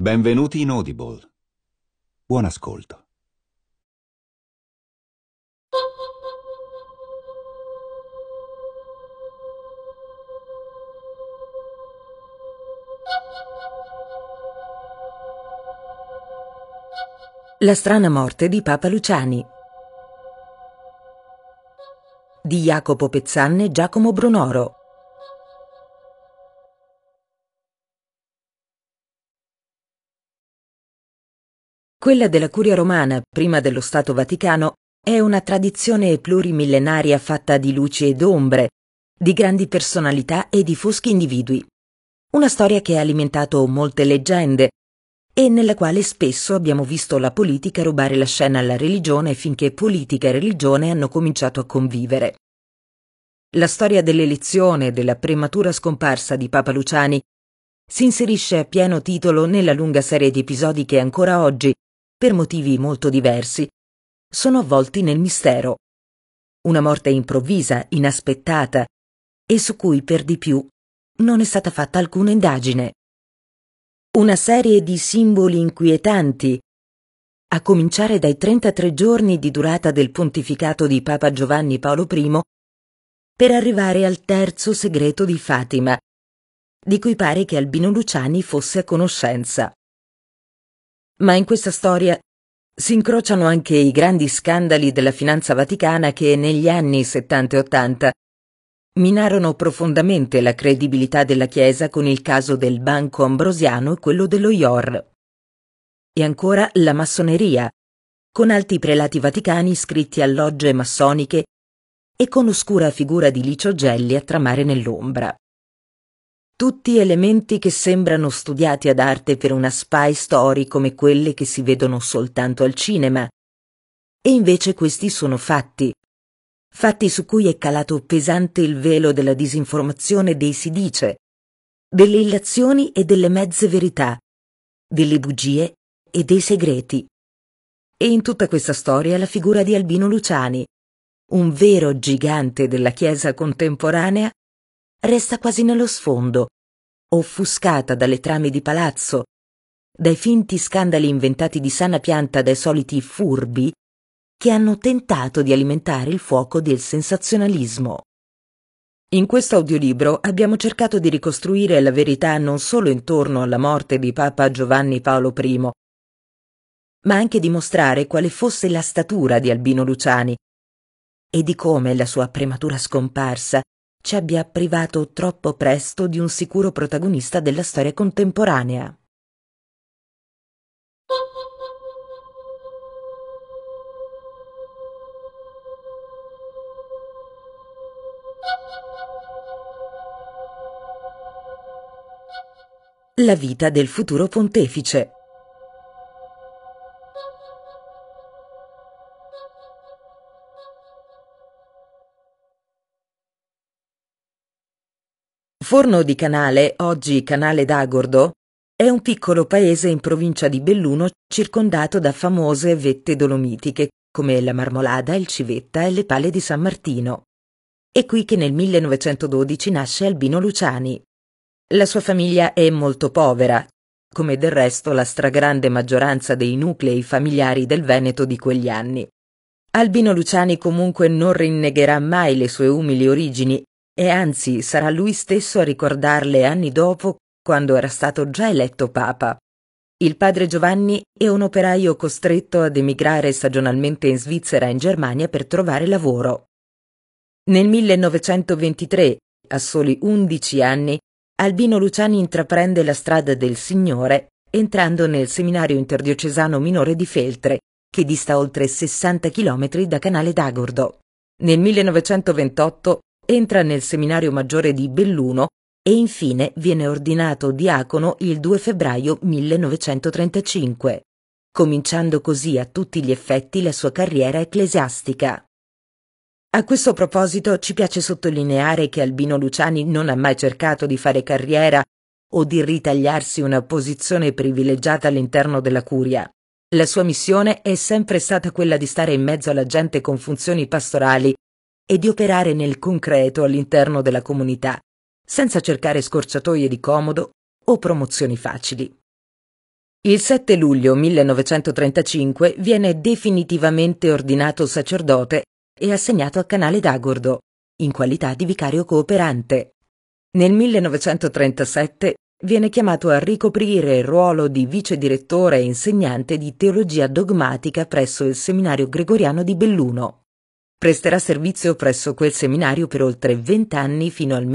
Benvenuti in Audible. Buon ascolto. La strana morte di Papa Luciani di Jacopo Pezzanne e Giacomo Brunoro. Quella della Curia Romana, prima dello Stato Vaticano, è una tradizione plurimillenaria fatta di luci ed ombre, di grandi personalità e di foschi individui. Una storia che ha alimentato molte leggende e nella quale spesso abbiamo visto la politica rubare la scena alla religione finché politica e religione hanno cominciato a convivere. La storia dell'elezione e della prematura scomparsa di Papa Luciani si inserisce a pieno titolo nella lunga serie di episodi che ancora oggi, per motivi molto diversi, sono avvolti nel mistero. Una morte improvvisa, inaspettata, e su cui per di più non è stata fatta alcuna indagine. Una serie di simboli inquietanti, a cominciare dai 33 giorni di durata del pontificato di Papa Giovanni Paolo I, per arrivare al terzo segreto di Fatima, di cui pare che Albino Luciani fosse a conoscenza. Ma in questa storia si incrociano anche i grandi scandali della finanza vaticana che negli anni 70 e 80 minarono profondamente la credibilità della Chiesa con il caso del Banco Ambrosiano e quello dello IOR. E ancora la massoneria, con alti prelati vaticani iscritti a logge massoniche e con oscura figura di Licio Gelli a tramare nell'ombra. Tutti elementi che sembrano studiati ad arte per una spy story come quelle che si vedono soltanto al cinema. E invece questi sono fatti su cui è calato pesante il velo della disinformazione dei si dice, delle illazioni e delle mezze verità, delle bugie e dei segreti. E in tutta questa storia la figura di Albino Luciani, un vero gigante della Chiesa contemporanea, resta quasi nello sfondo, offuscata dalle trame di palazzo, dai finti scandali inventati di sana pianta dai soliti furbi che hanno tentato di alimentare il fuoco del sensazionalismo. In questo audiolibro abbiamo cercato di ricostruire la verità non solo intorno alla morte di Papa Giovanni Paolo I, ma anche di mostrare quale fosse la statura di Albino Luciani e di come la sua prematura scomparsa ci abbia privato troppo presto di un sicuro protagonista della storia contemporanea. La vita del futuro pontefice. Forno di Canale, oggi Canale d'Agordo, è un piccolo paese in provincia di Belluno circondato da famose vette dolomitiche come la Marmolada, il Civetta e le Pale di San Martino. È qui che nel 1912 nasce Albino Luciani. La sua famiglia è molto povera, come del resto la stragrande maggioranza dei nuclei familiari del Veneto di quegli anni. Albino Luciani comunque non rinnegherà mai le sue umili origini e anzi sarà lui stesso a ricordarle anni dopo, quando era stato già eletto papa. Il padre Giovanni è un operaio costretto ad emigrare stagionalmente in Svizzera e in Germania per trovare lavoro. Nel 1923, a soli 11 anni, Albino Luciani intraprende la strada del Signore entrando nel seminario interdiocesano minore di Feltre, che dista oltre 60 chilometri da Canale d'Agordo. Nel 1928 entra nel seminario maggiore di Belluno e infine viene ordinato diacono il 2 febbraio 1935, cominciando così a tutti gli effetti la sua carriera ecclesiastica. A questo proposito ci piace sottolineare che Albino Luciani non ha mai cercato di fare carriera o di ritagliarsi una posizione privilegiata all'interno della curia. La sua missione è sempre stata quella di stare in mezzo alla gente con funzioni pastorali e di operare nel concreto all'interno della comunità, senza cercare scorciatoie di comodo o promozioni facili. Il 7 luglio 1935 viene definitivamente ordinato sacerdote e assegnato a Canale d'Agordo, in qualità di vicario cooperante. Nel 1937 viene chiamato a ricoprire il ruolo di vice direttore e insegnante di teologia dogmatica presso il seminario gregoriano di Belluno. Presterà servizio presso quel seminario per oltre 20 anni fino al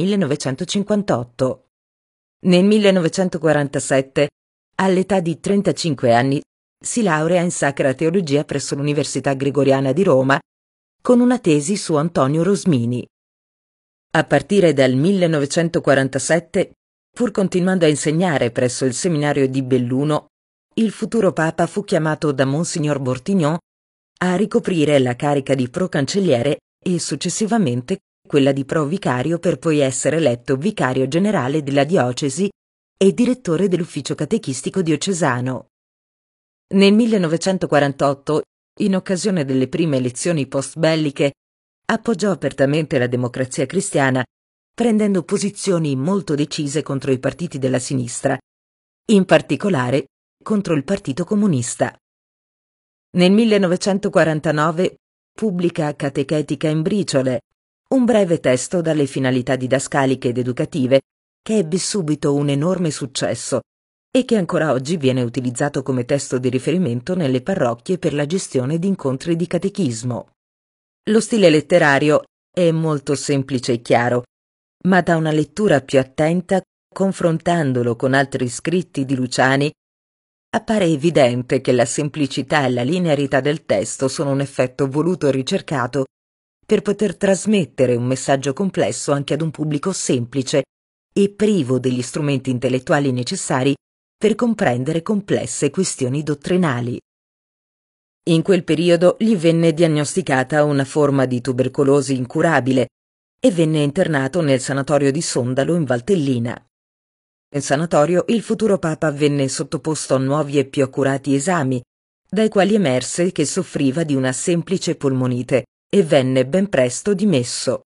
1958. Nel 1947, all'età di 35 anni, si laurea in Sacra Teologia presso l'Università Gregoriana di Roma con una tesi su Antonio Rosmini. A partire dal 1947, pur continuando a insegnare presso il seminario di Belluno, il futuro papa fu chiamato da Monsignor Bortignon a ricoprire la carica di procancelliere e successivamente quella di provicario, per poi essere eletto vicario generale della diocesi e direttore dell'ufficio catechistico diocesano. Nel 1948, in occasione delle prime elezioni post-belliche, appoggiò apertamente la Democrazia Cristiana, prendendo posizioni molto decise contro i partiti della sinistra, in particolare contro il Partito Comunista. Nel 1949 pubblica Catechetica in briciole, un breve testo dalle finalità didascaliche ed educative che ebbe subito un enorme successo e che ancora oggi viene utilizzato come testo di riferimento nelle parrocchie per la gestione di incontri di catechismo. Lo stile letterario è molto semplice e chiaro, ma da una lettura più attenta, confrontandolo con altri scritti di Luciani, appare evidente che la semplicità e la linearità del testo sono un effetto voluto e ricercato per poter trasmettere un messaggio complesso anche ad un pubblico semplice e privo degli strumenti intellettuali necessari per comprendere complesse questioni dottrinali. In quel periodo gli venne diagnosticata una forma di tubercolosi incurabile e venne internato nel sanatorio di Sondalo in Valtellina. Nel sanatorio il futuro papa venne sottoposto a nuovi e più accurati esami, dai quali emerse che soffriva di una semplice polmonite e venne ben presto dimesso.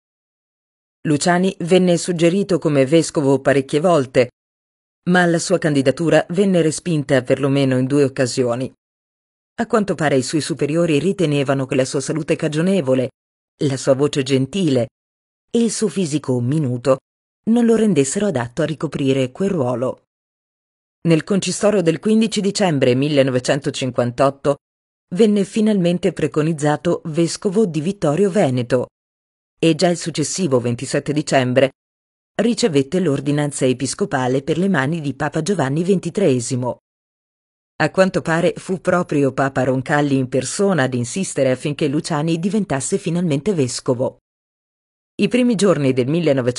Luciani venne suggerito come vescovo parecchie volte, ma la sua candidatura venne respinta perlomeno in 2 occasioni. A quanto pare i suoi superiori ritenevano che la sua salute cagionevole, la sua voce gentile e il suo fisico minuto non lo rendessero adatto a ricoprire quel ruolo. Nel concistoro del 15 dicembre 1958 venne finalmente preconizzato vescovo di Vittorio Veneto e già il successivo 27 dicembre ricevette l'ordinanza episcopale per le mani di Papa Giovanni XXIII. A quanto pare fu proprio Papa Roncalli in persona ad insistere affinché Luciani diventasse finalmente vescovo. I primi giorni del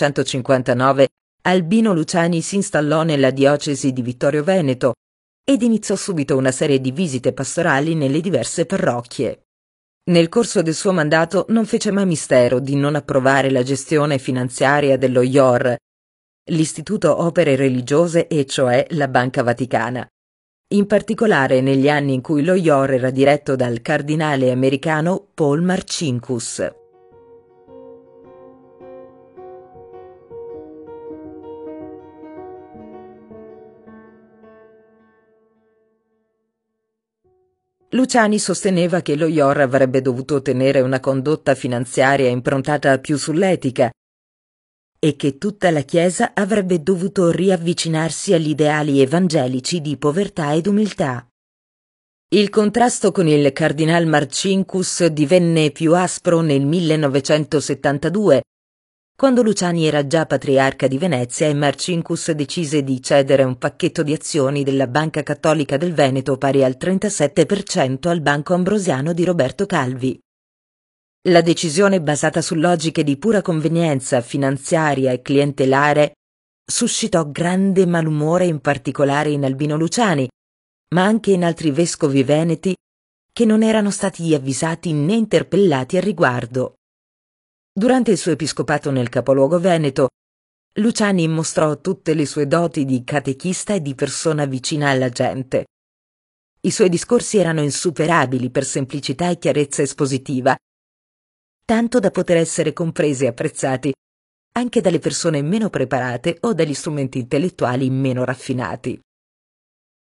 1959 Albino Luciani si installò nella diocesi di Vittorio Veneto ed iniziò subito una serie di visite pastorali nelle diverse parrocchie. Nel corso del suo mandato non fece mai mistero di non approvare la gestione finanziaria dello IOR, l'Istituto Opere Religiose, e cioè la Banca Vaticana. In particolare negli anni in cui lo IOR era diretto dal cardinale americano Paul Marcinkus. Luciani sosteneva che lo IOR avrebbe dovuto tenere una condotta finanziaria improntata più sull'etica e che tutta la Chiesa avrebbe dovuto riavvicinarsi agli ideali evangelici di povertà ed umiltà. Il contrasto con il cardinal Marcinkus divenne più aspro nel 1972, quando Luciani era già patriarca di Venezia e Marcinkus decise di cedere un pacchetto di azioni della Banca Cattolica del Veneto pari al 37% al Banco Ambrosiano di Roberto Calvi. La decisione, basata su logiche di pura convenienza finanziaria e clientelare, suscitò grande malumore in particolare in Albino Luciani, ma anche in altri vescovi veneti che non erano stati avvisati né interpellati al riguardo. Durante il suo episcopato nel capoluogo veneto, Luciani mostrò tutte le sue doti di catechista e di persona vicina alla gente. I suoi discorsi erano insuperabili per semplicità e chiarezza espositiva, tanto da poter essere compresi e apprezzati anche dalle persone meno preparate o dagli strumenti intellettuali meno raffinati.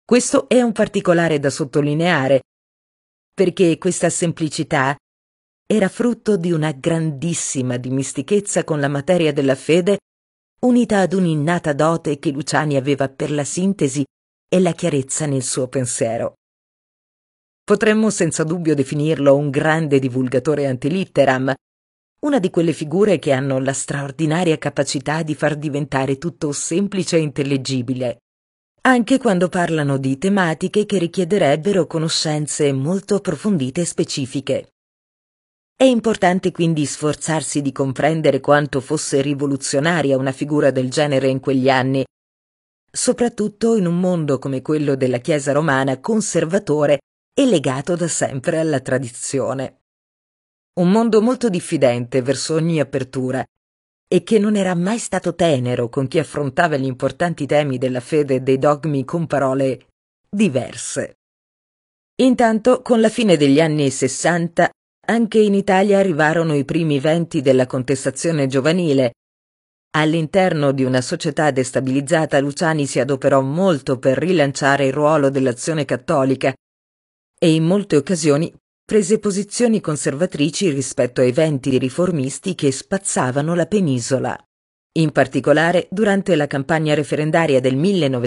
Questo è un particolare da sottolineare, perché questa semplicità era frutto di una grandissima dimistichezza con la materia della fede, unita ad un'innata dote che Luciani aveva per la sintesi e la chiarezza nel suo pensiero. Potremmo senza dubbio definirlo un grande divulgatore antilitteram, una di quelle figure che hanno la straordinaria capacità di far diventare tutto semplice e intellegibile, anche quando parlano di tematiche che richiederebbero conoscenze molto approfondite e specifiche. È importante quindi sforzarsi di comprendere quanto fosse rivoluzionaria una figura del genere in quegli anni, soprattutto in un mondo come quello della Chiesa romana conservatore e legato da sempre alla tradizione. Un mondo molto diffidente verso ogni apertura e che non era mai stato tenero con chi affrontava gli importanti temi della fede e dei dogmi con parole diverse. Intanto, con la fine degli anni '60, anche in Italia arrivarono i primi venti della contestazione giovanile. All'interno di una società destabilizzata, Luciani si adoperò molto per rilanciare il ruolo dell'Azione Cattolica e in molte occasioni prese posizioni conservatrici rispetto ai venti riformisti che spazzavano la penisola. In particolare, durante la campagna referendaria del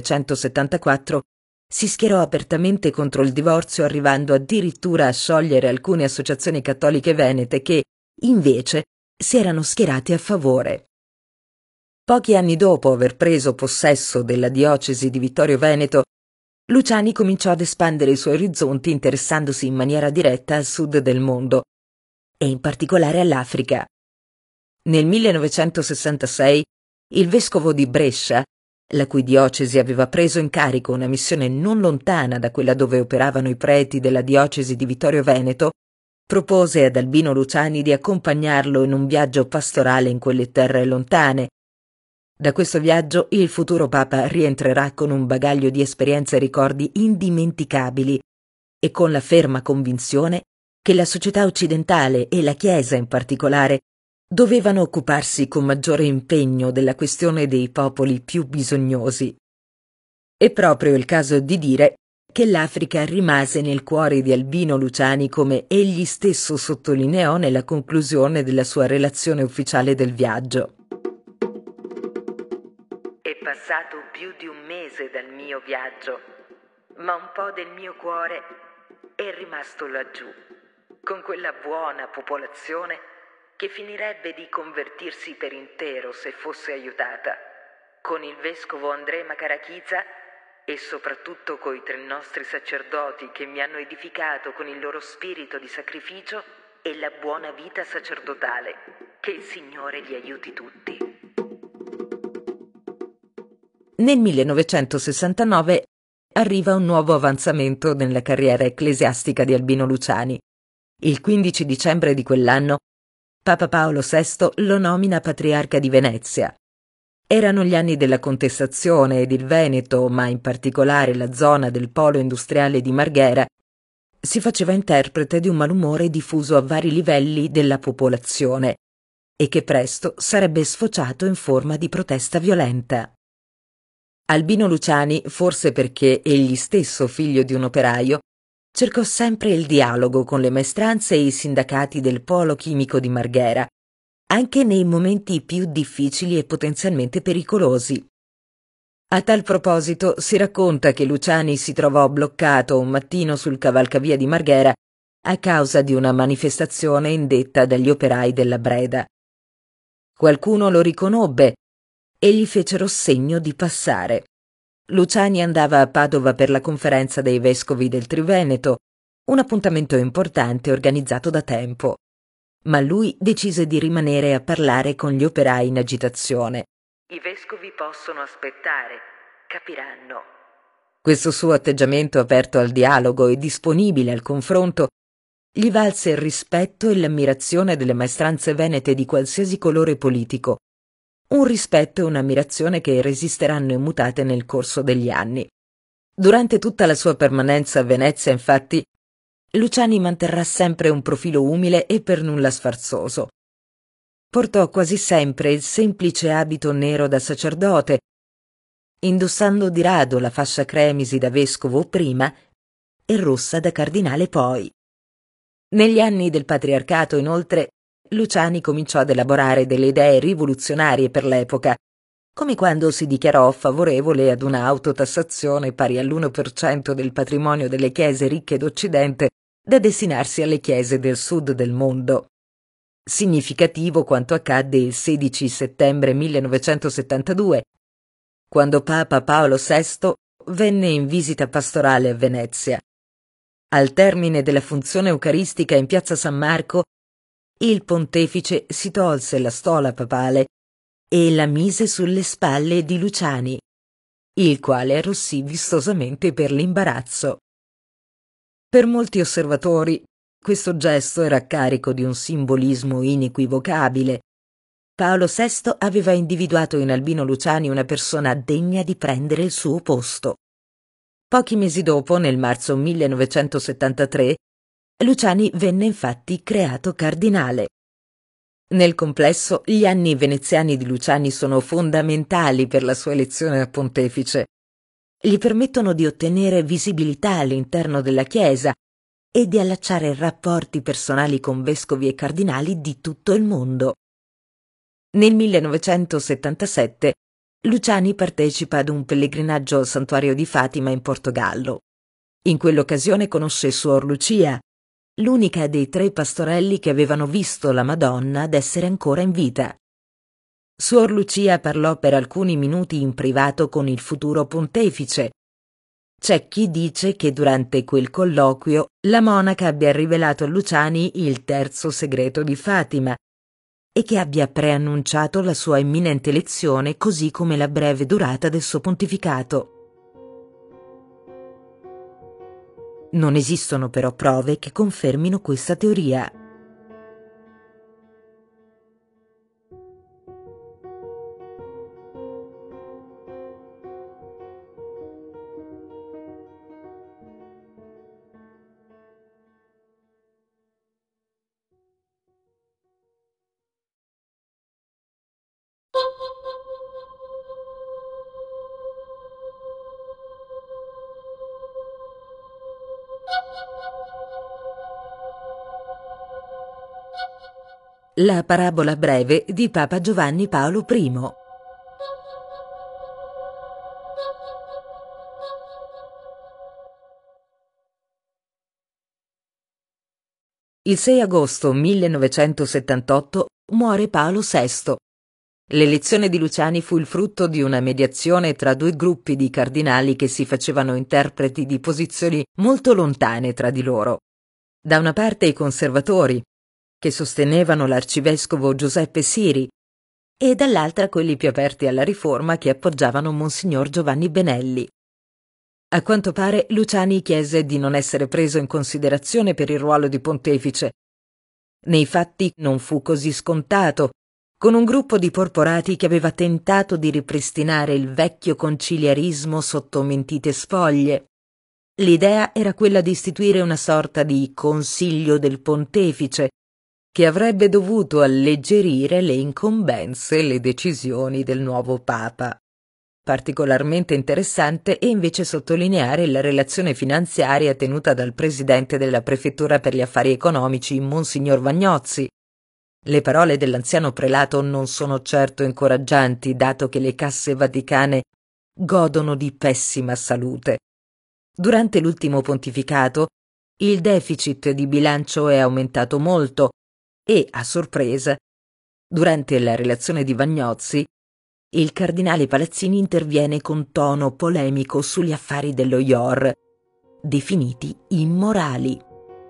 1974, si schierò apertamente contro il divorzio, arrivando addirittura a sciogliere alcune associazioni cattoliche venete che, invece, si erano schierate a favore. Pochi anni dopo aver preso possesso della diocesi di Vittorio Veneto, Luciani cominciò ad espandere i suoi orizzonti interessandosi in maniera diretta al sud del mondo, e in particolare all'Africa. Nel 1966 il vescovo di Brescia, la cui diocesi aveva preso in carico una missione non lontana da quella dove operavano i preti della diocesi di Vittorio Veneto, propose ad Albino Luciani di accompagnarlo in un viaggio pastorale in quelle terre lontane. Da questo viaggio il futuro Papa rientrerà con un bagaglio di esperienze e ricordi indimenticabili e con la ferma convinzione che la società occidentale e la Chiesa in particolare dovevano occuparsi con maggiore impegno della questione dei popoli più bisognosi. È proprio il caso di dire che l'Africa rimase nel cuore di Albino Luciani, come egli stesso sottolineò nella conclusione della sua relazione ufficiale del viaggio. È passato più di un mese dal mio viaggio, ma un po' del mio cuore è rimasto laggiù, con quella buona popolazione che finirebbe di convertirsi per intero se fosse aiutata, con il vescovo André Macarachiza e soprattutto coi 3 nostri sacerdoti che mi hanno edificato con il loro spirito di sacrificio e la buona vita sacerdotale. Che il Signore li aiuti tutti. Nel 1969 arriva un nuovo avanzamento nella carriera ecclesiastica di Albino Luciani. Il 15 dicembre di quell'anno Papa Paolo VI lo nomina patriarca di Venezia. Erano gli anni della contestazione ed il Veneto, ma in particolare la zona del polo industriale di Marghera, si faceva interprete di un malumore diffuso a vari livelli della popolazione e che presto sarebbe sfociato in forma di protesta violenta. Albino Luciani, forse perché egli stesso figlio di un operaio, cercò sempre il dialogo con le maestranze e i sindacati del polo chimico di Marghera, anche nei momenti più difficili e potenzialmente pericolosi. A tal proposito si racconta che Luciani si trovò bloccato un mattino sul cavalcavia di Marghera a causa di una manifestazione indetta dagli operai della Breda. Qualcuno lo riconobbe e gli fecero segno di passare. Luciani andava a Padova per la conferenza dei vescovi del Triveneto, un appuntamento importante organizzato da tempo, ma lui decise di rimanere a parlare con gli operai in agitazione. I vescovi possono aspettare, capiranno. Questo suo atteggiamento aperto al dialogo e disponibile al confronto gli valse il rispetto e l'ammirazione delle maestranze venete di qualsiasi colore politico, un rispetto e un'ammirazione che resisteranno immutate nel corso degli anni. Durante tutta la sua permanenza a Venezia, infatti, Luciani manterrà sempre un profilo umile e per nulla sfarzoso. Portò quasi sempre il semplice abito nero da sacerdote, indossando di rado la fascia cremisi da vescovo prima e rossa da cardinale poi. Negli anni del patriarcato, inoltre, Luciani cominciò ad elaborare delle idee rivoluzionarie per l'epoca, come quando si dichiarò favorevole ad una autotassazione pari all'1% del patrimonio delle chiese ricche d'Occidente da destinarsi alle chiese del sud del mondo. Significativo quanto accadde il 16 settembre 1972, quando Papa Paolo VI venne in visita pastorale a Venezia. Al termine della funzione eucaristica in piazza San Marco, il pontefice si tolse la stola papale e la mise sulle spalle di Luciani, il quale arrossì vistosamente per l'imbarazzo. Per molti osservatori, questo gesto era carico di un simbolismo inequivocabile. Paolo VI aveva individuato in Albino Luciani una persona degna di prendere il suo posto. Pochi mesi dopo, nel marzo 1973, Luciani venne infatti creato cardinale. Nel complesso, gli anni veneziani di Luciani sono fondamentali per la sua elezione a pontefice. Gli permettono di ottenere visibilità all'interno della Chiesa e di allacciare rapporti personali con vescovi e cardinali di tutto il mondo. Nel 1977 Luciani partecipa ad un pellegrinaggio al santuario di Fatima in Portogallo. In quell'occasione conosce Suor Lucia, l'unica dei 3 pastorelli che avevano visto la Madonna ad essere ancora in vita. Suor Lucia parlò per alcuni minuti in privato con il futuro pontefice. C'è chi dice che durante quel colloquio la monaca abbia rivelato a Luciani il terzo segreto di Fatima e che abbia preannunciato la sua imminente elezione, così come la breve durata del suo pontificato. Non esistono però prove che confermino questa teoria. La parabola breve di Papa Giovanni Paolo I. Il 6 agosto 1978 muore Paolo VI. L'elezione di Luciani fu il frutto di una mediazione tra 2 gruppi di cardinali che si facevano interpreti di posizioni molto lontane tra di loro. Da una parte i conservatori, che sostenevano l'arcivescovo Giuseppe Siri, e dall'altra quelli più aperti alla riforma che appoggiavano Monsignor Giovanni Benelli. A quanto pare Luciani chiese di non essere preso in considerazione per il ruolo di pontefice. Nei fatti non fu così scontato, con un gruppo di porporati che aveva tentato di ripristinare il vecchio conciliarismo sotto mentite spoglie. L'idea era quella di istituire una sorta di Consiglio del Pontefice, che avrebbe dovuto alleggerire le incombenze e le decisioni del nuovo Papa. Particolarmente interessante è invece sottolineare la relazione finanziaria tenuta dal presidente della Prefettura per gli Affari Economici, Monsignor Vagnozzi. Le parole dell'anziano prelato non sono certo incoraggianti, dato che le casse vaticane godono di pessima salute. Durante l'ultimo pontificato, il deficit di bilancio è aumentato molto e, a sorpresa, durante la relazione di Vagnozzi, il cardinale Palazzini interviene con tono polemico sugli affari dello IOR, definiti immorali.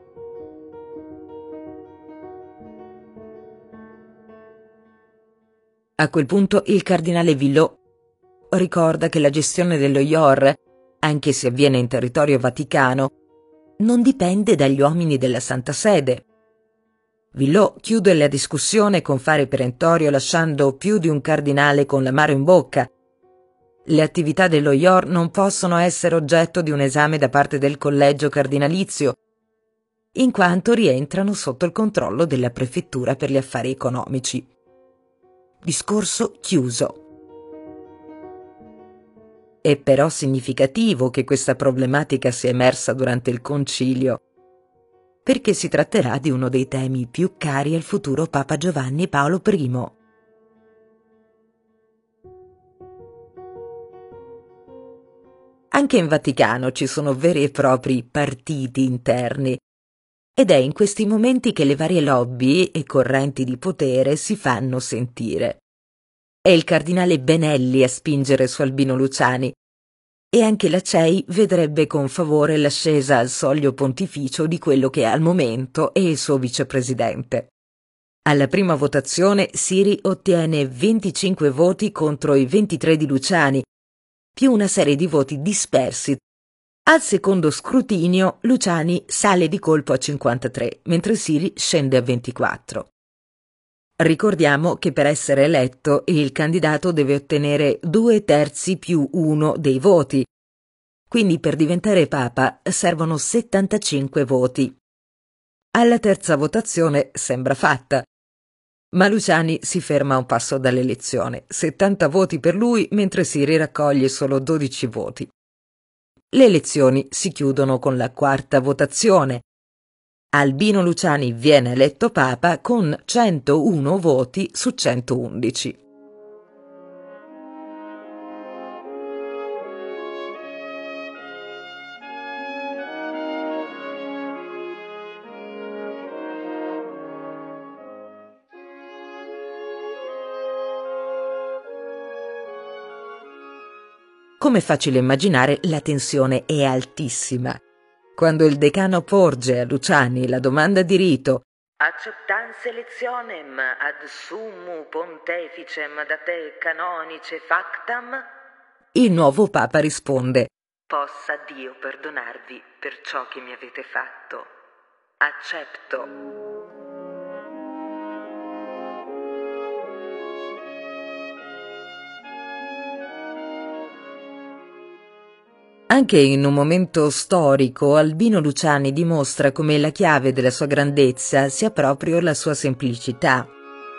A quel punto il cardinale Villot ricorda che la gestione dello IOR, anche se avviene in territorio vaticano, non dipende dagli uomini della Santa Sede. Villot chiude la discussione con fare perentorio, lasciando più di un cardinale con l'amaro in bocca. Le attività dello IOR non possono essere oggetto di un esame da parte del collegio cardinalizio, in quanto rientrano sotto il controllo della Prefettura per gli Affari Economici. Discorso chiuso. È però significativo che questa problematica sia emersa durante il concilio, perché si tratterà di uno dei temi più cari al futuro Papa Giovanni Paolo I. Anche in Vaticano ci sono veri e propri partiti interni, ed è in questi momenti che le varie lobby e correnti di potere si fanno sentire. È il cardinale Benelli a spingere su Albino Luciani, e anche la CEI vedrebbe con favore l'ascesa al soglio pontificio di quello che al momento è il suo vicepresidente. Alla prima votazione Siri ottiene 25 voti contro i 23 di Luciani, più una serie di voti dispersi. Al secondo scrutinio Luciani sale di colpo a 53, mentre Siri scende a 24. Ricordiamo che per essere eletto il candidato deve ottenere 2/3 più 1 dei voti, quindi per diventare papa servono 75 voti. Alla terza votazione sembra fatta, ma Luciani si ferma a un passo dall'elezione, 70 voti per lui mentre Siri raccoglie solo 12 voti. Le elezioni si chiudono con la quarta votazione. Albino Luciani viene eletto papa con 101 voti su 111. Come è facile immaginare, la tensione è altissima. Quando il decano porge a Luciani la domanda di rito «Acceptans electionem ad summu ponteficem da te canonice factam», il nuovo papa risponde «Possa Dio perdonarvi per ciò che mi avete fatto. Accetto». Anche in un momento storico, Albino Luciani dimostra come la chiave della sua grandezza sia proprio la sua semplicità.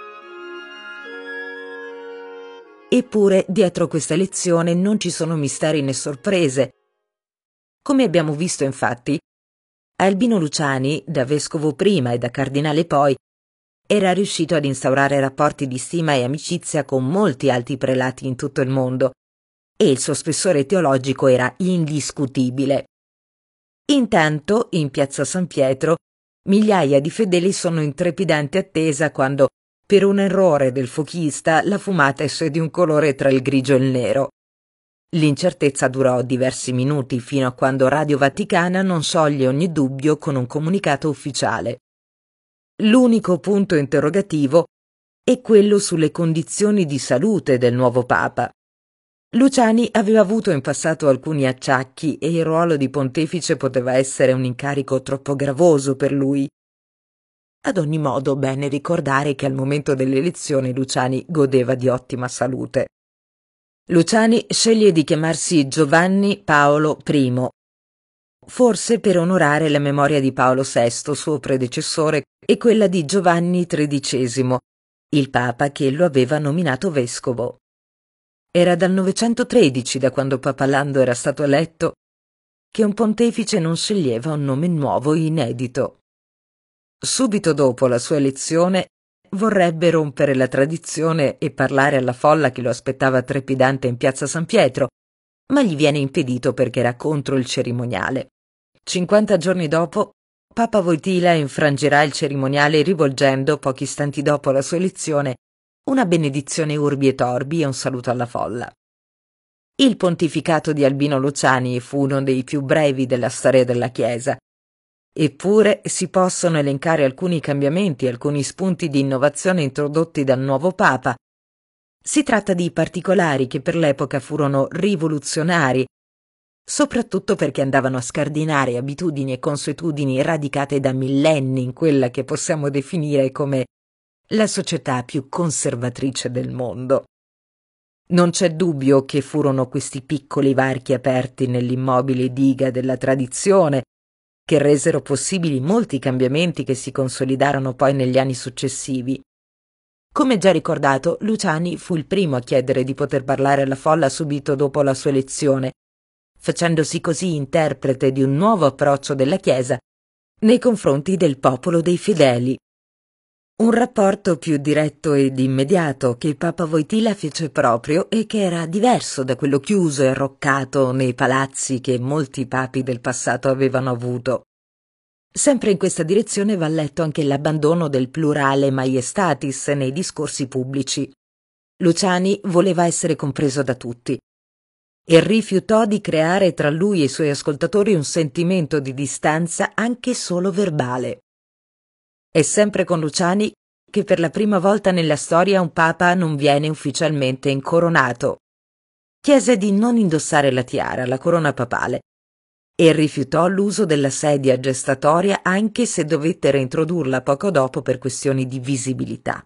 Eppure, dietro questa elezione non ci sono misteri né sorprese. Come abbiamo visto, infatti, Albino Luciani, da vescovo prima e da cardinale poi, era riuscito ad instaurare rapporti di stima e amicizia con molti alti prelati in tutto il mondo, e il suo spessore teologico era indiscutibile. Intanto, in piazza San Pietro, migliaia di fedeli sono in trepidante attesa quando, per un errore del fuochista, la fumata esce di un colore tra il grigio e il nero. L'incertezza durò diversi minuti fino a quando Radio Vaticana non scioglie ogni dubbio con un comunicato ufficiale. L'unico punto interrogativo è quello sulle condizioni di salute del nuovo Papa. Luciani aveva avuto in passato alcuni acciacchi e il ruolo di pontefice poteva essere un incarico troppo gravoso per lui. Ad ogni modo, bene ricordare che al momento dell'elezione Luciani godeva di ottima salute. Luciani sceglie di chiamarsi Giovanni Paolo I, forse per onorare la memoria di Paolo VI, suo predecessore, e quella di Giovanni XIII, il papa che lo aveva nominato vescovo. Era dal 913, da quando Papa Lando era stato eletto, che un pontefice non sceglieva un nome nuovo e inedito. Subito dopo la sua elezione vorrebbe rompere la tradizione e parlare alla folla che lo aspettava trepidante in piazza San Pietro, ma gli viene impedito perché era contro il cerimoniale. 50 giorni dopo, Papa Wojtyla infrangerà il cerimoniale rivolgendo, pochi istanti dopo la sua elezione, una benedizione urbi et orbi e un saluto alla folla. Il pontificato di Albino Luciani fu uno dei più brevi della storia della Chiesa. Eppure si possono elencare alcuni cambiamenti, alcuni spunti di innovazione introdotti dal nuovo Papa. Si tratta di particolari che per l'epoca furono rivoluzionari, soprattutto perché andavano a scardinare abitudini e consuetudini radicate da millenni in quella che possiamo definire come la società più conservatrice del mondo. Non c'è dubbio che furono questi piccoli varchi aperti nell'immobile diga della tradizione che resero possibili molti cambiamenti che si consolidarono poi negli anni successivi. Come già ricordato, Luciani fu il primo a chiedere di poter parlare alla folla subito dopo la sua elezione, facendosi così interprete di un nuovo approccio della Chiesa nei confronti del popolo dei fedeli. Un rapporto più diretto ed immediato che Papa Wojtyla fece proprio e che era diverso da quello chiuso e arroccato nei palazzi che molti papi del passato avevano avuto. Sempre in questa direzione va letto anche l'abbandono del plurale maiestatis nei discorsi pubblici. Luciani voleva essere compreso da tutti e rifiutò di creare tra lui e i suoi ascoltatori un sentimento di distanza anche solo verbale. È sempre con Luciani che per la prima volta nella storia un papa non viene ufficialmente incoronato. Chiese di non indossare la tiara, la corona papale, e rifiutò l'uso della sedia gestatoria anche se dovette reintrodurla poco dopo per questioni di visibilità.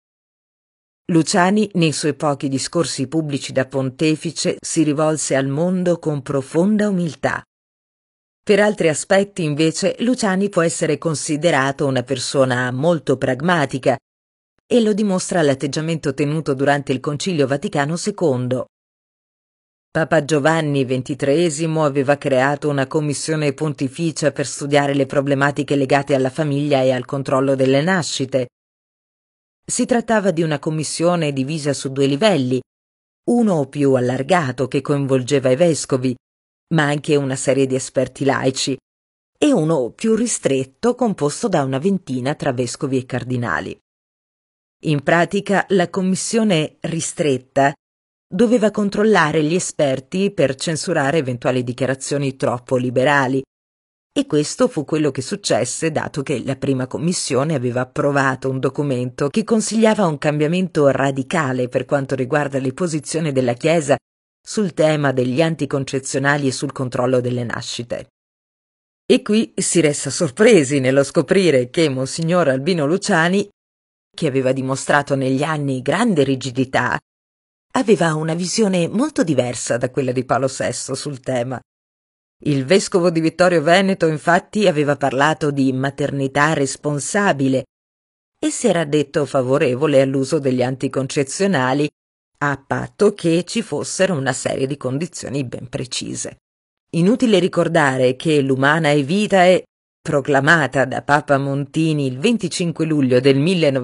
Luciani, nei suoi pochi discorsi pubblici da pontefice, si rivolse al mondo con profonda umiltà. Per altri aspetti, invece, Luciani può essere considerato una persona molto pragmatica, e lo dimostra l'atteggiamento tenuto durante il Concilio Vaticano II. Papa Giovanni XXIII aveva creato una commissione pontificia per studiare le problematiche legate alla famiglia e al controllo delle nascite. Si trattava di una commissione divisa su 2 livelli, uno più allargato che coinvolgeva i vescovi, ma anche una serie di esperti laici, e uno più ristretto composto da una ventina tra vescovi e cardinali. In pratica, la commissione ristretta doveva controllare gli esperti per censurare eventuali dichiarazioni troppo liberali, e questo fu quello che successe dato che la prima commissione aveva approvato un documento che consigliava un cambiamento radicale per quanto riguarda le posizioni della Chiesa sul tema degli anticoncezionali e sul controllo delle nascite. E qui si resta sorpresi nello scoprire che Monsignor Albino Luciani, che aveva dimostrato negli anni grande rigidità, aveva una visione molto diversa da quella di Paolo VI sul tema. Il vescovo di Vittorio Veneto, infatti, aveva parlato di maternità responsabile e si era detto favorevole all'uso degli anticoncezionali, a patto che ci fossero una serie di condizioni ben precise. Inutile ricordare che l'Humanae Vitae, proclamata da Papa Montini il 25 luglio del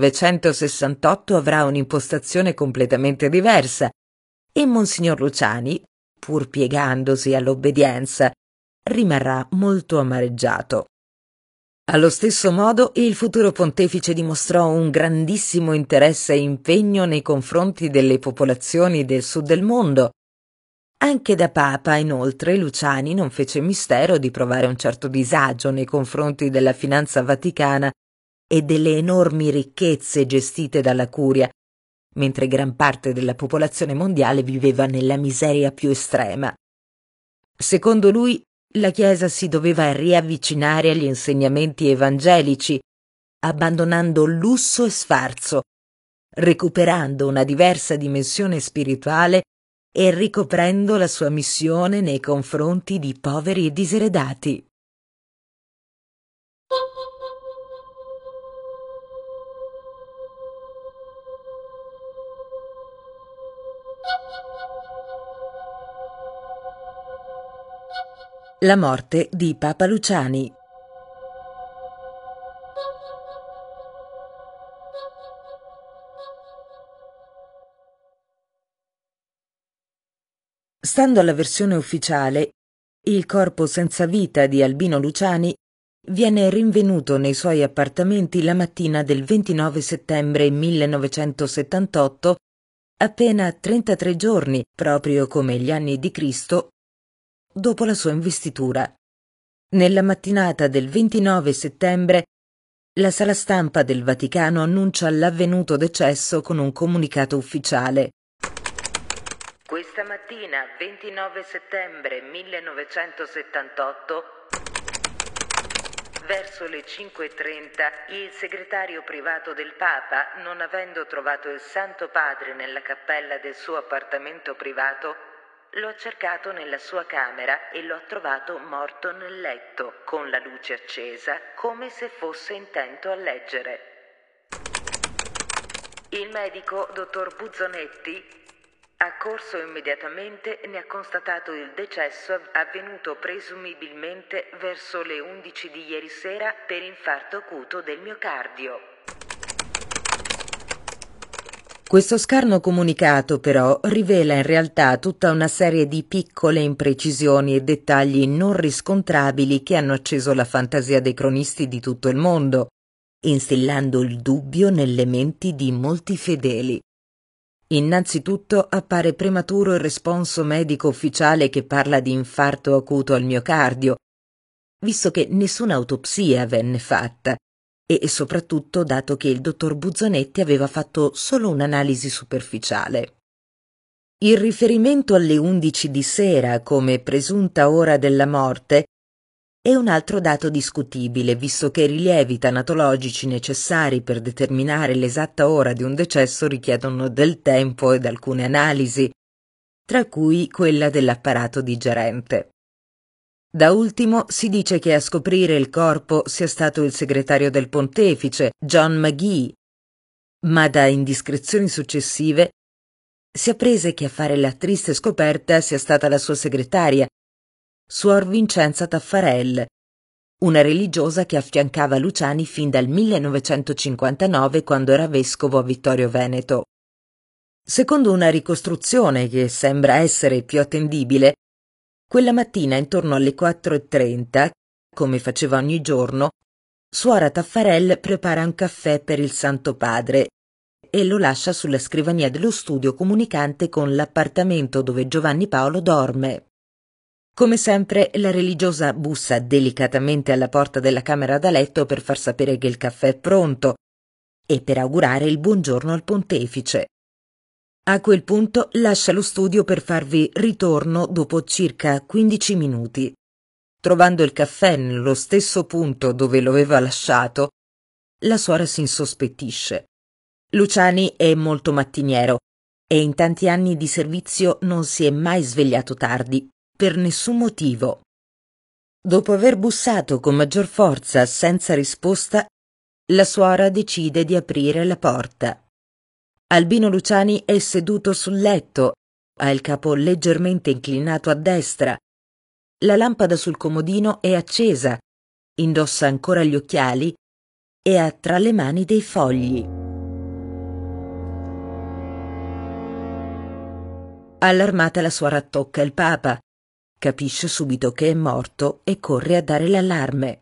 1968, avrà un'impostazione completamente diversa e Monsignor Luciani, pur piegandosi all'obbedienza, rimarrà molto amareggiato. Allo stesso modo, il futuro pontefice dimostrò un grandissimo interesse e impegno nei confronti delle popolazioni del sud del mondo. Anche da Papa, inoltre, Luciani non fece mistero di provare un certo disagio nei confronti della finanza vaticana e delle enormi ricchezze gestite dalla Curia, mentre gran parte della popolazione mondiale viveva nella miseria più estrema. Secondo lui, la Chiesa si doveva riavvicinare agli insegnamenti evangelici, abbandonando lusso e sfarzo, recuperando una diversa dimensione spirituale e ricoprendo la sua missione nei confronti di poveri e diseredati. La morte di Papa Luciani. Stando alla versione ufficiale, il corpo senza vita di Albino Luciani viene rinvenuto nei suoi appartamenti la mattina del 29 settembre 1978, appena 33 giorni, proprio come gli anni di Cristo, dopo la sua investitura. Nella mattinata del 29 settembre, la sala stampa del Vaticano annuncia l'avvenuto decesso con un comunicato ufficiale. Questa mattina, 29 settembre 1978, verso le 5:30, il segretario privato del Papa, non avendo trovato il Santo Padre nella cappella del suo appartamento privato, lo ha cercato nella sua camera e lo ha trovato morto nel letto, con la luce accesa, come se fosse intento a leggere. Il medico, dottor Buzzonetti, accorso immediatamente, ne ha constatato il decesso avvenuto presumibilmente verso le 11 di ieri sera per infarto acuto del miocardio. Questo scarno comunicato, però, rivela in realtà tutta una serie di piccole imprecisioni e dettagli non riscontrabili che hanno acceso la fantasia dei cronisti di tutto il mondo, instillando il dubbio nelle menti di molti fedeli. Innanzitutto appare prematuro il responso medico ufficiale che parla di infarto acuto al miocardio, visto che nessuna autopsia venne fatta, e soprattutto dato che il dottor Buzzonetti aveva fatto solo un'analisi superficiale. Il riferimento alle 11 di sera come presunta ora della morte è un altro dato discutibile, visto che i rilievi tanatologici necessari per determinare l'esatta ora di un decesso richiedono del tempo ed alcune analisi, tra cui quella dell'apparato digerente. Da ultimo si dice che a scoprire il corpo sia stato il segretario del pontefice, John McGee, ma da indiscrezioni successive si apprese che a fare la triste scoperta sia stata la sua segretaria, Suor Vincenza Taffarel, una religiosa che affiancava Luciani fin dal 1959 quando era vescovo a Vittorio Veneto. Secondo una ricostruzione che sembra essere più attendibile, quella mattina intorno alle 4:30, come faceva ogni giorno, suora Taffarel prepara un caffè per il Santo Padre e lo lascia sulla scrivania dello studio comunicante con l'appartamento dove Giovanni Paolo dorme. Come sempre, la religiosa bussa delicatamente alla porta della camera da letto per far sapere che il caffè è pronto e per augurare il buongiorno al pontefice. A quel punto lascia lo studio per farvi ritorno dopo circa 15 minuti. Trovando il caffè nello stesso punto dove lo aveva lasciato, la suora si insospettisce. Luciani è molto mattiniero e in tanti anni di servizio non si è mai svegliato tardi, per nessun motivo. Dopo aver bussato con maggior forza senza risposta, la suora decide di aprire la porta. Albino Luciani è seduto sul letto, ha il capo leggermente inclinato a destra. La lampada sul comodino è accesa, indossa ancora gli occhiali e ha tra le mani dei fogli. Allarmata la suora tocca il Papa, capisce subito che è morto e corre a dare l'allarme.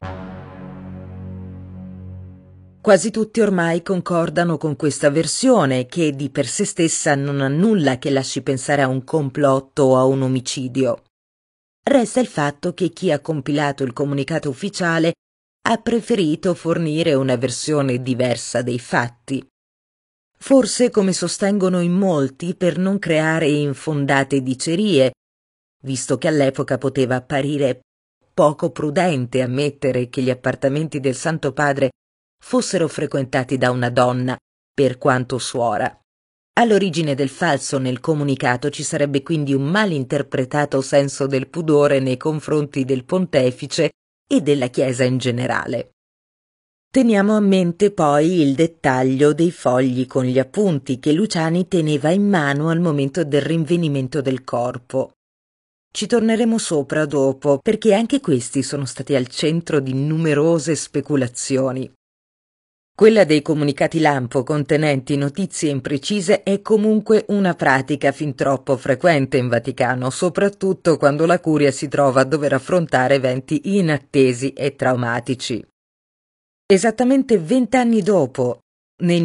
Quasi tutti ormai concordano con questa versione, che di per sé stessa non ha nulla che lasci pensare a un complotto o a un omicidio. Resta il fatto che chi ha compilato il comunicato ufficiale ha preferito fornire una versione diversa dei fatti. Forse, come sostengono in molti, per non creare infondate dicerie, visto che all'epoca poteva apparire poco prudente ammettere che gli appartamenti del Santo Padre fossero frequentati da una donna, per quanto suora. All'origine del falso nel comunicato ci sarebbe quindi un malinterpretato senso del pudore nei confronti del pontefice e della Chiesa in generale. Teniamo a mente poi il dettaglio dei fogli con gli appunti che Luciani teneva in mano al momento del rinvenimento del corpo. Ci torneremo sopra dopo, perché anche questi sono stati al centro di numerose speculazioni. Quella dei comunicati lampo contenenti notizie imprecise è comunque una pratica fin troppo frequente in Vaticano, soprattutto quando la curia si trova a dover affrontare eventi inattesi e traumatici. Esattamente 20 anni dopo, nel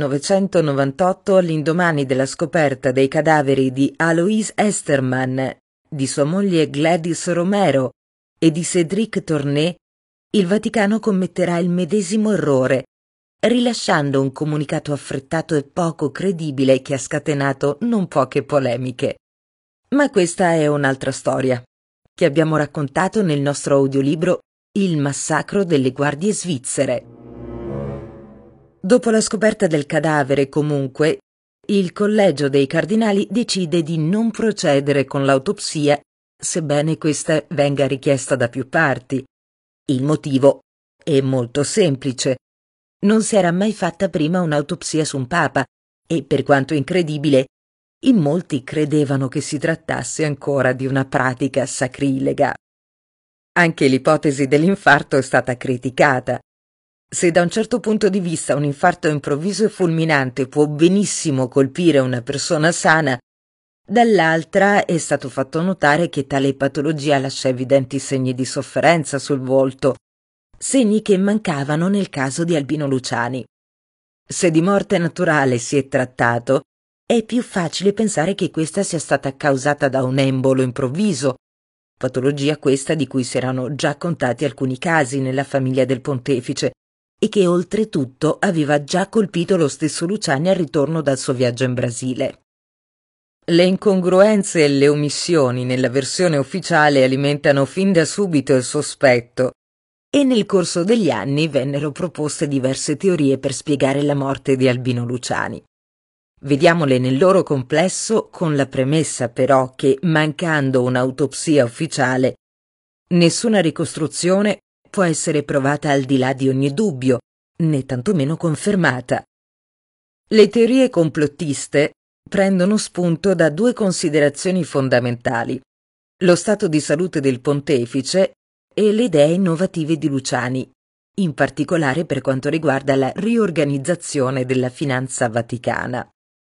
1998, all'indomani della scoperta dei cadaveri di Alois Esterman, di sua moglie Gladys Romero e di Cédric Tornet, il Vaticano commetterà il medesimo errore, rilasciando un comunicato affrettato e poco credibile che ha scatenato non poche polemiche. Ma questa è un'altra storia, che abbiamo raccontato nel nostro audiolibro Il massacro delle guardie svizzere. Dopo la scoperta del cadavere, comunque, il collegio dei cardinali decide di non procedere con l'autopsia, sebbene questa venga richiesta da più parti. Il motivo è molto semplice. Non si era mai fatta prima un'autopsia su un papa e, per quanto incredibile, in molti credevano che si trattasse ancora di una pratica sacrilega. Anche l'ipotesi dell'infarto è stata criticata. Se da un certo punto di vista un infarto improvviso e fulminante può benissimo colpire una persona sana, dall'altra è stato fatto notare che tale patologia lascia evidenti segni di sofferenza sul volto, segni che mancavano nel caso di Albino Luciani. Se di morte naturale si è trattato, è più facile pensare che questa sia stata causata da un embolo improvviso, patologia questa di cui si erano già contati alcuni casi nella famiglia del pontefice e che oltretutto aveva già colpito lo stesso Luciani al ritorno dal suo viaggio in Brasile. Le incongruenze e le omissioni nella versione ufficiale alimentano fin da subito il sospetto e nel corso degli anni vennero proposte diverse teorie per spiegare la morte di Albino Luciani. Vediamole nel loro complesso con la premessa però che, mancando un'autopsia ufficiale, nessuna ricostruzione può essere provata al di là di ogni dubbio, né tantomeno confermata. Le teorie complottiste prendono spunto da due considerazioni fondamentali: lo stato di salute del pontefice e le idee innovative di Luciani, in particolare per quanto riguarda la riorganizzazione della finanza vaticana.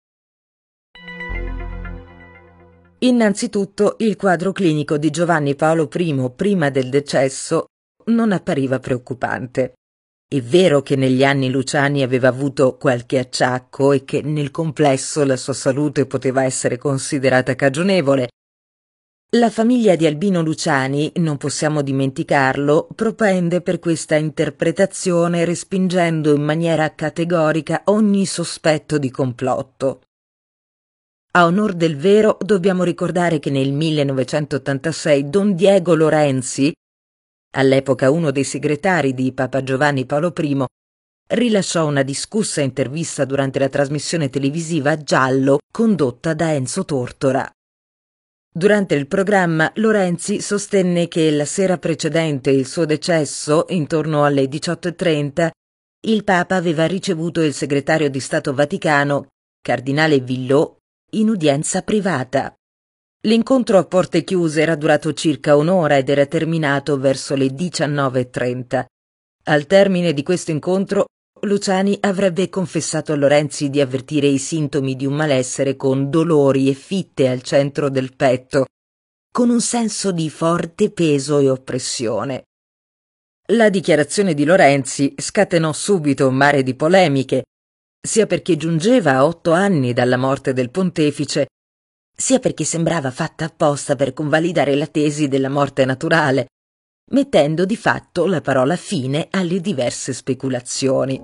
Innanzitutto, il quadro clinico di Giovanni Paolo I prima del decesso non appariva preoccupante. È vero che negli anni Luciani aveva avuto qualche acciacco e che nel complesso la sua salute poteva essere considerata cagionevole. La famiglia di Albino Luciani, non possiamo dimenticarlo, propende per questa interpretazione respingendo in maniera categorica ogni sospetto di complotto. A onor del vero, dobbiamo ricordare che nel 1986 Don Diego Lorenzi, all'epoca uno dei segretari di Papa Giovanni Paolo I, rilasciò una discussa intervista durante la trasmissione televisiva Giallo condotta da Enzo Tortora. Durante il programma Lorenzi sostenne che la sera precedente il suo decesso, intorno alle 18:30, il Papa aveva ricevuto il segretario di Stato Vaticano, Cardinale Villot, in udienza privata. L'incontro a porte chiuse era durato circa un'ora ed era terminato verso le 19:30. Al termine di questo incontro, Luciani avrebbe confessato a Lorenzi di avvertire i sintomi di un malessere con dolori e fitte al centro del petto, con un senso di forte peso e oppressione. La dichiarazione di Lorenzi scatenò subito un mare di polemiche, sia perché giungeva a 8 anni dalla morte del pontefice, sia perché sembrava fatta apposta per convalidare la tesi della morte naturale, mettendo di fatto la parola fine alle diverse speculazioni.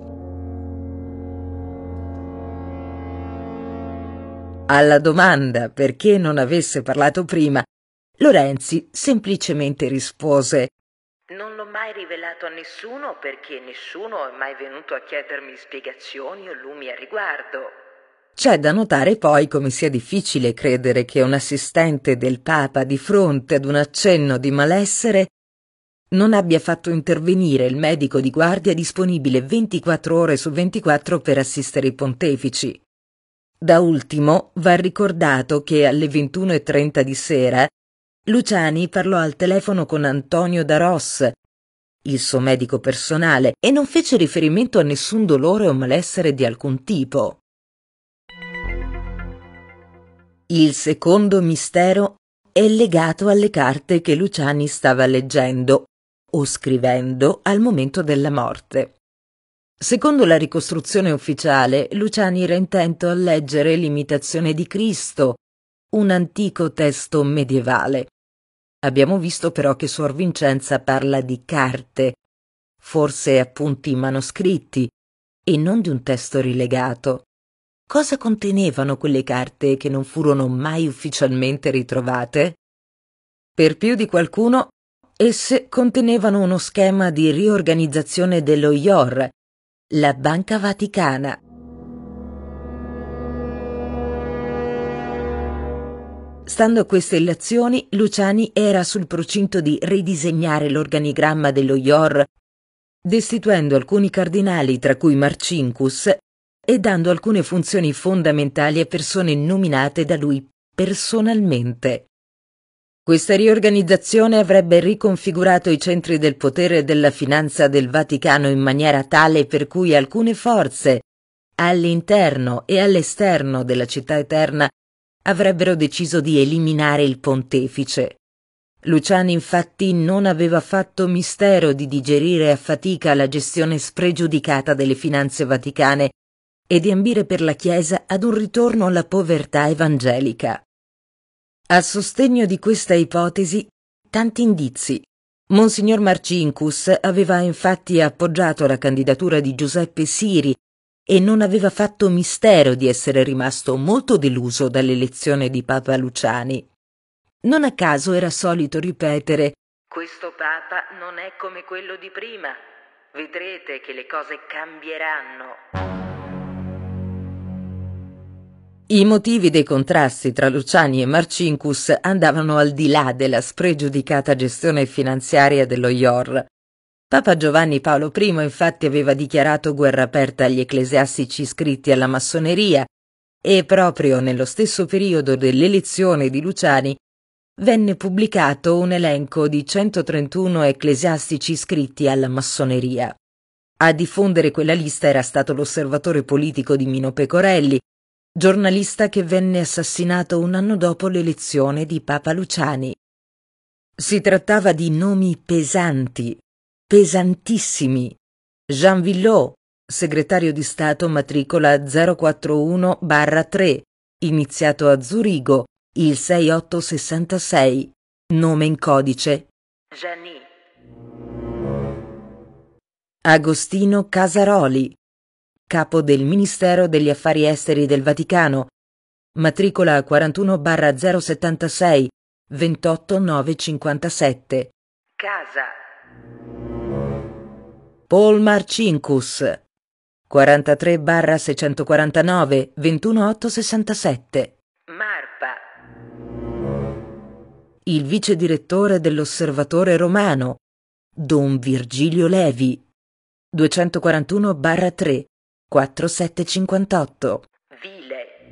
Alla domanda perché non avesse parlato prima, Lorenzi semplicemente rispose: «Non l'ho mai rivelato a nessuno perché nessuno è mai venuto a chiedermi spiegazioni o lumi a riguardo». C'è da notare poi come sia difficile credere che un assistente del Papa, di fronte ad un accenno di malessere, non abbia fatto intervenire il medico di guardia disponibile 24 ore su 24 per assistere i pontefici. Da ultimo va ricordato che alle 21:30 di sera Luciani parlò al telefono con Antonio da Ros, il suo medico personale, e non fece riferimento a nessun dolore o malessere di alcun tipo. Il secondo mistero è legato alle carte che Luciani stava leggendo o scrivendo al momento della morte. Secondo la ricostruzione ufficiale, Luciani era intento a leggere l'Imitazione di Cristo, un antico testo medievale. Abbiamo visto però che Suor Vincenza parla di carte, forse appunti manoscritti, e non di un testo rilegato. Cosa contenevano quelle carte che non furono mai ufficialmente ritrovate? Per più di qualcuno, esse contenevano uno schema di riorganizzazione dello IOR, la Banca Vaticana. Stando a queste illazioni, Luciani era sul procinto di ridisegnare l'organigramma dello IOR, destituendo alcuni cardinali, tra cui Marcinkus, e dando alcune funzioni fondamentali a persone nominate da lui personalmente. Questa riorganizzazione avrebbe riconfigurato i centri del potere e della finanza del Vaticano in maniera tale per cui alcune forze, all'interno e all'esterno della città eterna, avrebbero deciso di eliminare il pontefice. Luciani infatti non aveva fatto mistero di digerire a fatica la gestione spregiudicata delle finanze vaticane e di ambire per la Chiesa ad un ritorno alla povertà evangelica. A sostegno di questa ipotesi, tanti indizi. Monsignor Marcinkus aveva infatti appoggiato la candidatura di Giuseppe Siri e non aveva fatto mistero di essere rimasto molto deluso dall'elezione di Papa Luciani. Non a caso era solito ripetere: «Questo Papa non è come quello di prima. Vedrete che le cose cambieranno». I motivi dei contrasti tra Luciani e Marcinkus andavano al di là della spregiudicata gestione finanziaria dello IOR. Papa Giovanni Paolo I infatti aveva dichiarato guerra aperta agli ecclesiastici iscritti alla massoneria e proprio nello stesso periodo dell'elezione di Luciani venne pubblicato un elenco di 131 ecclesiastici iscritti alla massoneria. A diffondere quella lista era stato l'osservatore politico di Mino Pecorelli, giornalista che venne assassinato un anno dopo l'elezione di Papa Luciani. Si trattava di nomi pesanti, pesantissimi. Jean Villot, segretario di Stato matricola 041-3, iniziato a Zurigo il 6866, nome in codice Gianni. Agostino Casaroli, capo del Ministero degli Affari Esteri del Vaticano, matricola 41-076, 28957. Casa. Paul Marcinkus, 43-649, 21867. Marpa. Il vice direttore dell'Osservatore Romano, Don Virgilio Levi, 241-3, 4758. Vile.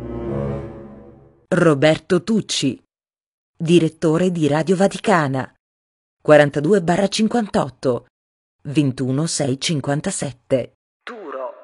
Roberto Tucci, direttore di Radio Vaticana, 42-58, 21657. Turo.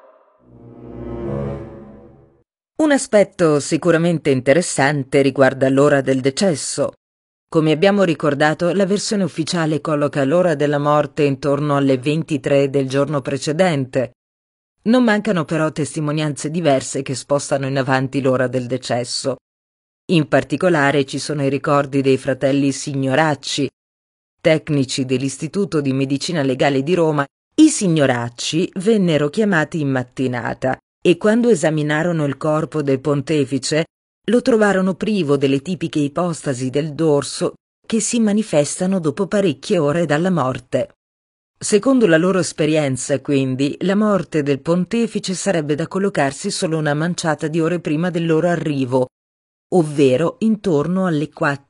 Un aspetto sicuramente interessante riguarda l'ora del decesso. Come abbiamo ricordato, la versione ufficiale colloca l'ora della morte intorno alle 23 del giorno precedente. Non mancano però testimonianze diverse che spostano in avanti l'ora del decesso. In particolare ci sono i ricordi dei fratelli Signoracci, tecnici dell'Istituto di Medicina Legale di Roma. I Signoracci vennero chiamati in mattinata e quando esaminarono il corpo del pontefice lo trovarono privo delle tipiche ipostasi del dorso che si manifestano dopo parecchie ore dalla morte. Secondo la loro esperienza, quindi, la morte del pontefice sarebbe da collocarsi solo una manciata di ore prima del loro arrivo, ovvero intorno alle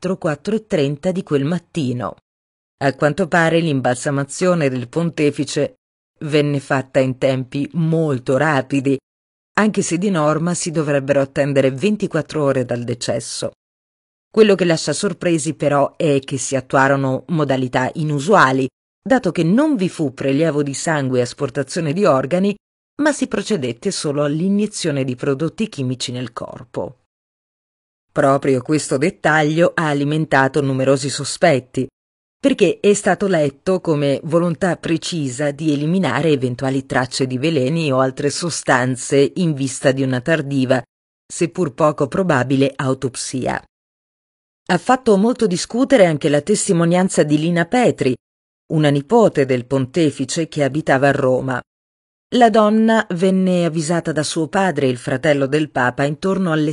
4:30 di quel mattino. A quanto pare l'imbalsamazione del pontefice venne fatta in tempi molto rapidi, anche se di norma si dovrebbero attendere 24 ore dal decesso. Quello che lascia sorpresi però è che si attuarono modalità inusuali, dato che non vi fu prelievo di sangue e asportazione di organi, ma si procedette solo all'iniezione di prodotti chimici nel corpo. Proprio questo dettaglio ha alimentato numerosi sospetti, perché è stato letto come volontà precisa di eliminare eventuali tracce di veleni o altre sostanze in vista di una tardiva, seppur poco probabile, autopsia. Ha fatto molto discutere anche la testimonianza di Lina Petri, una nipote del pontefice che abitava a Roma. La donna venne avvisata da suo padre, il fratello del Papa, intorno alle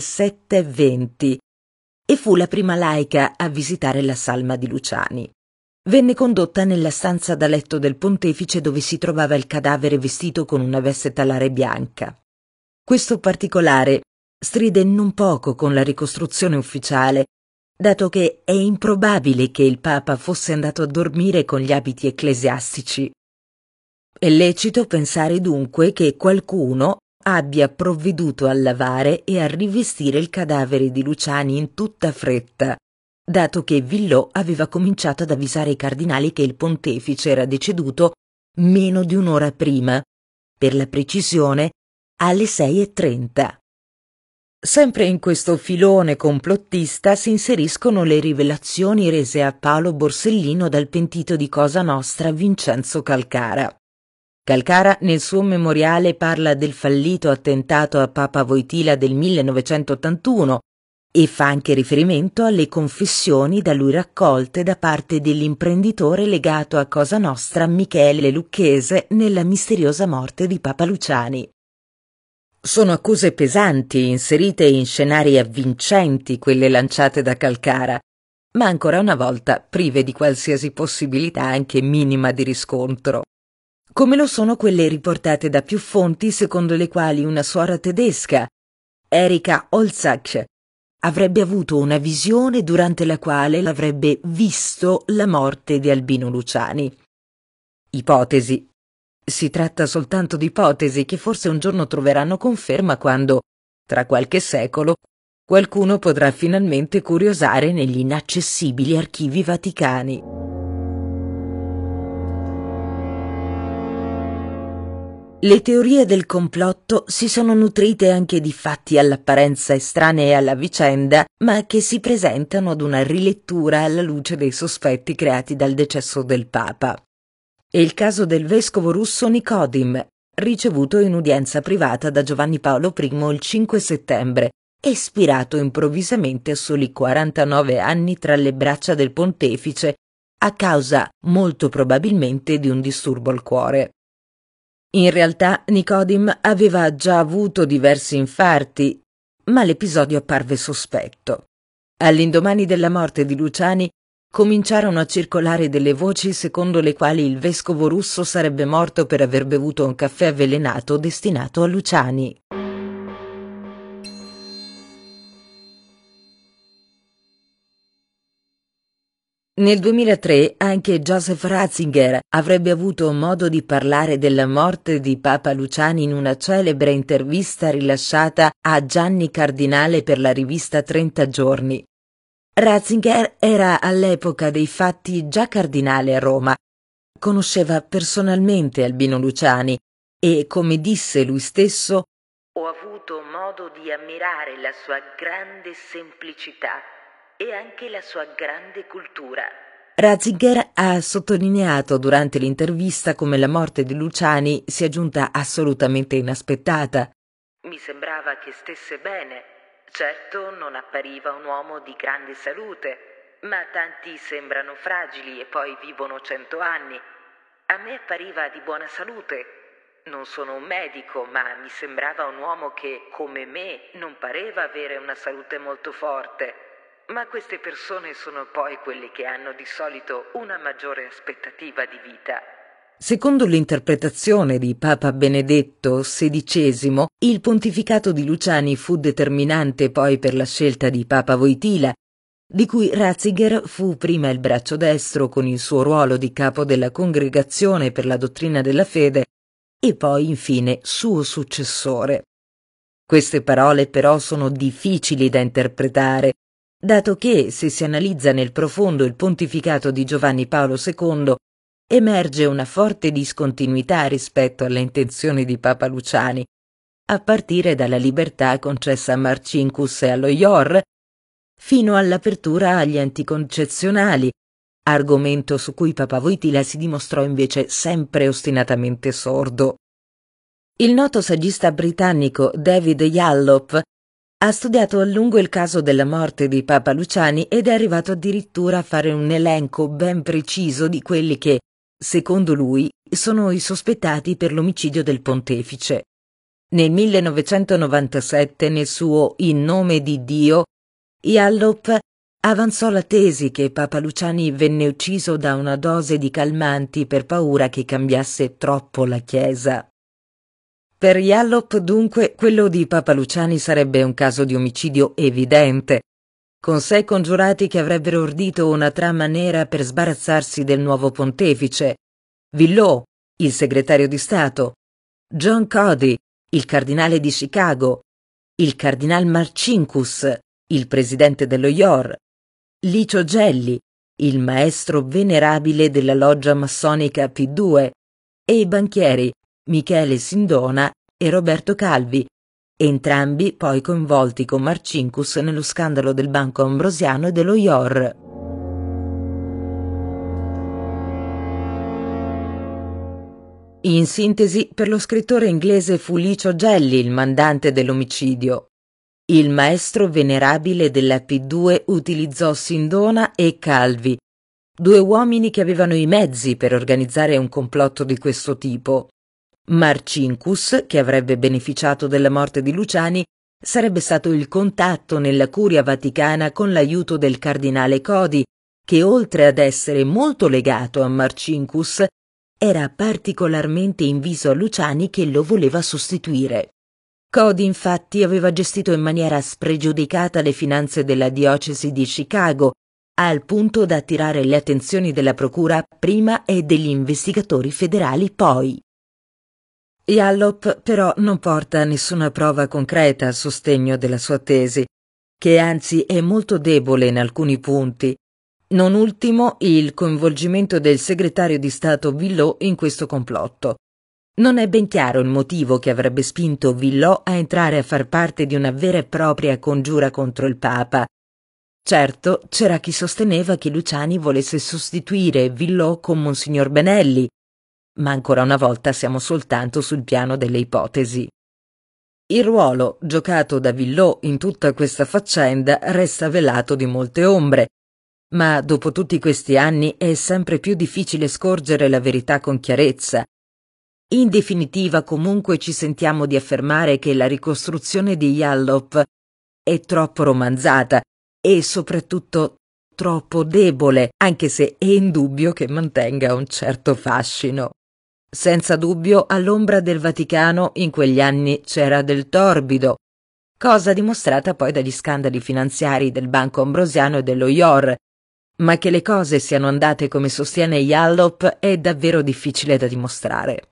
7:20 e fu la prima laica a visitare la salma di Luciani. Venne condotta nella stanza da letto del pontefice dove si trovava il cadavere vestito con una veste talare bianca. Questo particolare stride non poco con la ricostruzione ufficiale, dato che è improbabile che il Papa fosse andato a dormire con gli abiti ecclesiastici. È lecito pensare dunque che qualcuno abbia provveduto a lavare e a rivestire il cadavere di Luciani in tutta fretta, dato che Villot aveva cominciato ad avvisare i cardinali che il pontefice era deceduto meno di un'ora prima, per la precisione alle 6:30. Sempre in questo filone complottista si inseriscono le rivelazioni rese a Paolo Borsellino dal pentito di Cosa Nostra Vincenzo Calcara. Calcara nel suo memoriale parla del fallito attentato a Papa Wojtyla del 1981 e fa anche riferimento alle confessioni da lui raccolte da parte dell'imprenditore legato a Cosa Nostra Michele Lucchese nella misteriosa morte di Papa Luciani. Sono accuse pesanti, inserite in scenari avvincenti, quelle lanciate da Calcara, ma ancora una volta prive di qualsiasi possibilità anche minima di riscontro. Come lo sono quelle riportate da più fonti secondo le quali una suora tedesca, Erika Holzach, avrebbe avuto una visione durante la quale avrebbe visto la morte di Albino Luciani. Ipotesi. Si tratta soltanto di ipotesi che forse un giorno troveranno conferma quando, tra qualche secolo, qualcuno potrà finalmente curiosare negli inaccessibili archivi vaticani. Le teorie del complotto si sono nutrite anche di fatti all'apparenza estranei alla vicenda, ma che si presentano ad una rilettura alla luce dei sospetti creati dal decesso del Papa. È il caso del vescovo russo Nicodim, ricevuto in udienza privata da Giovanni Paolo I il 5 settembre e spirato improvvisamente a soli 49 anni tra le braccia del pontefice a causa molto probabilmente di un disturbo al cuore. In realtà Nicodim aveva già avuto diversi infarti, ma l'episodio apparve sospetto. All'indomani della morte di Luciani cominciarono a circolare delle voci secondo le quali il vescovo russo sarebbe morto per aver bevuto un caffè avvelenato destinato a Luciani. Nel 2003 anche Joseph Ratzinger avrebbe avuto modo di parlare della morte di Papa Luciani in una celebre intervista rilasciata a Gianni Cardinale per la rivista 30 giorni. Ratzinger era all'epoca dei fatti già cardinale a Roma, conosceva personalmente Albino Luciani e, come disse lui stesso, «Ho avuto modo di ammirare la sua grande semplicità e anche la sua grande cultura». Ratzinger ha sottolineato durante l'intervista come la morte di Luciani sia giunta assolutamente inaspettata. «Mi sembrava che stesse bene. Certo non appariva un uomo di grande salute, ma tanti sembrano fragili e poi vivono 100 anni. A me appariva di buona salute. Non sono un medico, ma mi sembrava un uomo che, come me, non pareva avere una salute molto forte. Ma queste persone sono poi quelle che hanno di solito una maggiore aspettativa di vita». Secondo l'interpretazione di Papa Benedetto XVI, il pontificato di Luciani fu determinante poi per la scelta di Papa Wojtyla, di cui Ratzinger fu prima il braccio destro con il suo ruolo di capo della Congregazione per la dottrina della fede e poi infine suo successore. Queste parole però sono difficili da interpretare, dato che, se si analizza nel profondo il pontificato di Giovanni Paolo II, emerge una forte discontinuità rispetto alle intenzioni di Papa Luciani, a partire dalla libertà concessa a Marcinkus e allo IOR, fino all'apertura agli anticoncezionali, argomento su cui Papa Wojtyla si dimostrò invece sempre ostinatamente sordo. Il noto saggista britannico David Yallop ha studiato a lungo il caso della morte di Papa Luciani ed è arrivato addirittura a fare un elenco ben preciso di quelli che, secondo lui, sono i sospettati per l'omicidio del pontefice. Nel 1997, nel suo In nome di Dio, Yallop avanzò la tesi che Papa Luciani venne ucciso da una dose di calmanti per paura che cambiasse troppo la Chiesa. Per Yallop, dunque, quello di Papa Luciani sarebbe un caso di omicidio evidente, con 6 congiurati che avrebbero ordito una trama nera per sbarazzarsi del nuovo pontefice: Villot, il segretario di Stato; John Cody, il cardinale di Chicago, il cardinal Marcinkus, il presidente dello IOR, Licio Gelli, il maestro venerabile della loggia massonica P2, e i banchieri Michele Sindona e Roberto Calvi, entrambi poi coinvolti con Marcinkus nello scandalo del Banco Ambrosiano e dello IOR. In sintesi, per lo scrittore inglese fu Licio Gelli il mandante dell'omicidio. Il maestro venerabile della P2 utilizzò Sindona e Calvi, due uomini che avevano i mezzi per organizzare un complotto di questo tipo. Marcinkus, che avrebbe beneficiato della morte di Luciani, sarebbe stato il contatto nella Curia Vaticana con l'aiuto del cardinale Codi, che oltre ad essere molto legato a Marcinkus, era particolarmente inviso a Luciani che lo voleva sostituire. Codi infatti aveva gestito in maniera spregiudicata le finanze della diocesi di Chicago, al punto da attirare le attenzioni della procura prima e degli investigatori federali poi. Yallop però non porta nessuna prova concreta a sostegno della sua tesi, che anzi è molto debole in alcuni punti, non ultimo il coinvolgimento del segretario di Stato Villot in questo complotto. Non è ben chiaro il motivo che avrebbe spinto Villot a entrare a far parte di una vera e propria congiura contro il Papa. Certo, c'era chi sosteneva che Luciani volesse sostituire Villot con Monsignor Benelli, ma ancora una volta siamo soltanto sul piano delle ipotesi. Il ruolo giocato da Villot in tutta questa faccenda resta velato di molte ombre, ma dopo tutti questi anni è sempre più difficile scorgere la verità con chiarezza. In definitiva, comunque, ci sentiamo di affermare che la ricostruzione di Yallop è troppo romanzata e soprattutto troppo debole, anche se è indubbio che mantenga un certo fascino. Senza dubbio, all'ombra del Vaticano in quegli anni c'era del torbido, cosa dimostrata poi dagli scandali finanziari del Banco Ambrosiano e dello IOR, ma che le cose siano andate come sostiene Yallop è davvero difficile da dimostrare.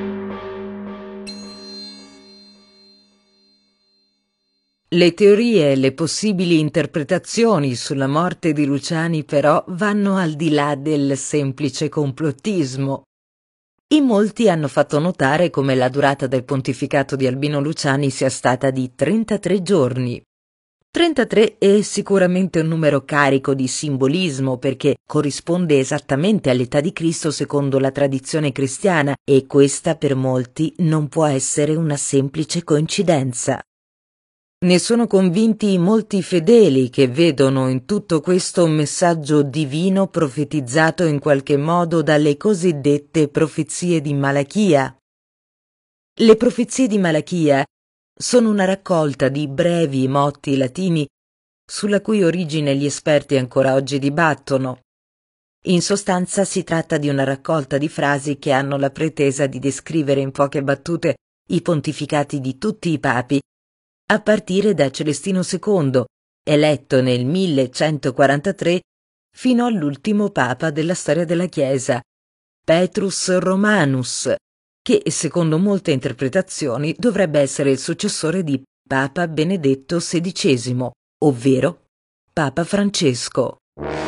Le teorie e le possibili interpretazioni sulla morte di Luciani però vanno al di là del semplice complottismo. In molti hanno fatto notare come la durata del pontificato di Albino Luciani sia stata di 33 giorni. 33 è sicuramente un numero carico di simbolismo perché corrisponde esattamente all'età di Cristo secondo la tradizione cristiana e questa per molti non può essere una semplice coincidenza. Ne sono convinti i molti fedeli che vedono in tutto questo un messaggio divino profetizzato in qualche modo dalle cosiddette profezie di Malachia. Le profezie di Malachia sono una raccolta di brevi motti latini sulla cui origine gli esperti ancora oggi dibattono. In sostanza si tratta di una raccolta di frasi che hanno la pretesa di descrivere in poche battute i pontificati di tutti i papi, a partire da Celestino II, eletto nel 1143, fino all'ultimo papa della storia della Chiesa, Petrus Romanus, che secondo molte interpretazioni dovrebbe essere il successore di Papa Benedetto XVI, ovvero Papa Francesco.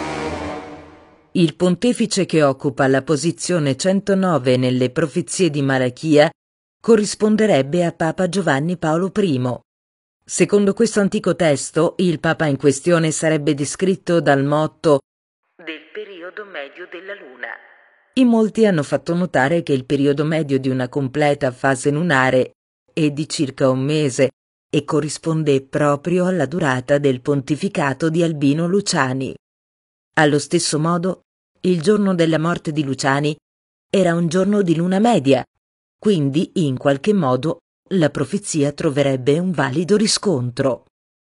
Il pontefice che occupa la posizione 109 nelle profezie di Malachia corrisponderebbe a Papa Giovanni Paolo I. Secondo questo antico testo, il Papa in questione sarebbe descritto dal motto del periodo medio della Luna. In molti hanno fatto notare che il periodo medio di una completa fase lunare è di circa un mese e corrisponde proprio alla durata del pontificato di Albino Luciani. Allo stesso modo, il giorno della morte di Luciani era un giorno di luna media, quindi in qualche modo la profezia troverebbe un valido riscontro.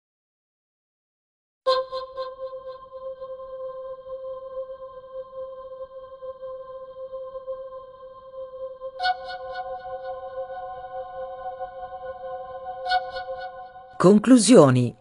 Conclusioni.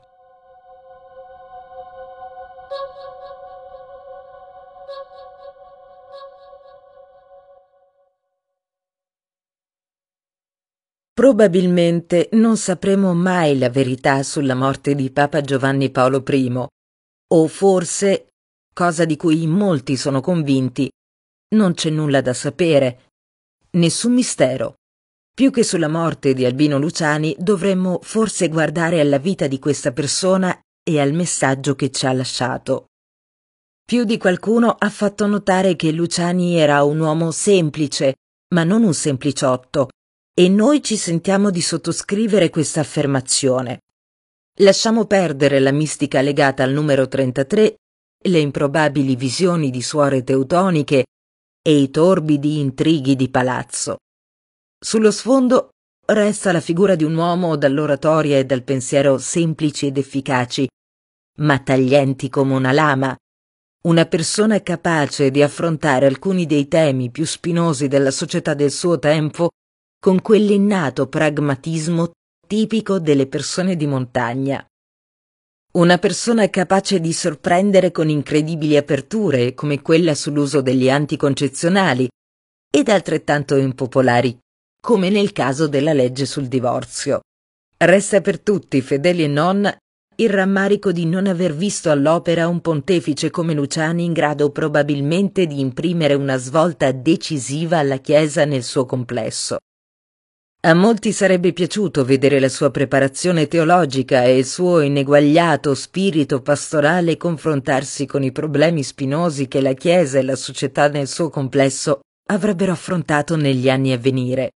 Probabilmente non sapremo mai la verità sulla morte di Papa Giovanni Paolo I, o forse, cosa di cui molti sono convinti, non c'è nulla da sapere, nessun mistero. Più che sulla morte di Albino Luciani dovremmo forse guardare alla vita di questa persona e al messaggio che ci ha lasciato. Più di qualcuno ha fatto notare che Luciani era un uomo semplice, ma non un sempliciotto, e noi ci sentiamo di sottoscrivere questa affermazione. Lasciamo perdere la mistica legata al numero 33, le improbabili visioni di suore teutoniche e i torbidi intrighi di palazzo. Sullo sfondo resta la figura di un uomo dall'oratoria e dal pensiero semplici ed efficaci, ma taglienti come una lama, una persona capace di affrontare alcuni dei temi più spinosi della società del suo tempo con quell'innato pragmatismo tipico delle persone di montagna. Una persona capace di sorprendere con incredibili aperture, come quella sull'uso degli anticoncezionali, ed altrettanto impopolari, come nel caso della legge sul divorzio. Resta per tutti, fedeli e non, il rammarico di non aver visto all'opera un pontefice come Luciani in grado probabilmente di imprimere una svolta decisiva alla Chiesa nel suo complesso. A molti sarebbe piaciuto vedere la sua preparazione teologica e il suo ineguagliato spirito pastorale confrontarsi con i problemi spinosi che la Chiesa e la società nel suo complesso avrebbero affrontato negli anni a venire.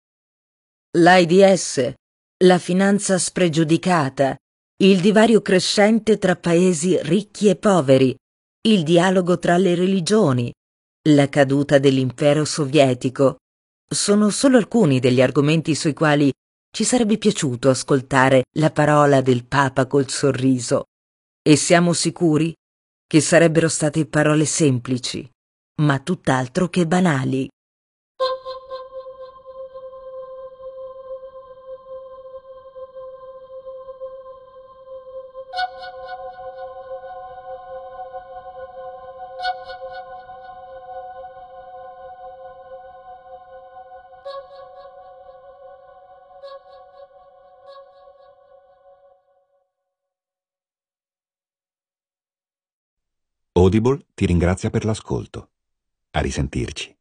L'AIDS, la finanza spregiudicata, il divario crescente tra paesi ricchi e poveri, il dialogo tra le religioni, la caduta dell'impero sovietico, sono solo alcuni degli argomenti sui quali ci sarebbe piaciuto ascoltare la parola del Papa col sorriso, e siamo sicuri che sarebbero state parole semplici, ma tutt'altro che banali. Audible ti ringrazia per l'ascolto. A risentirci.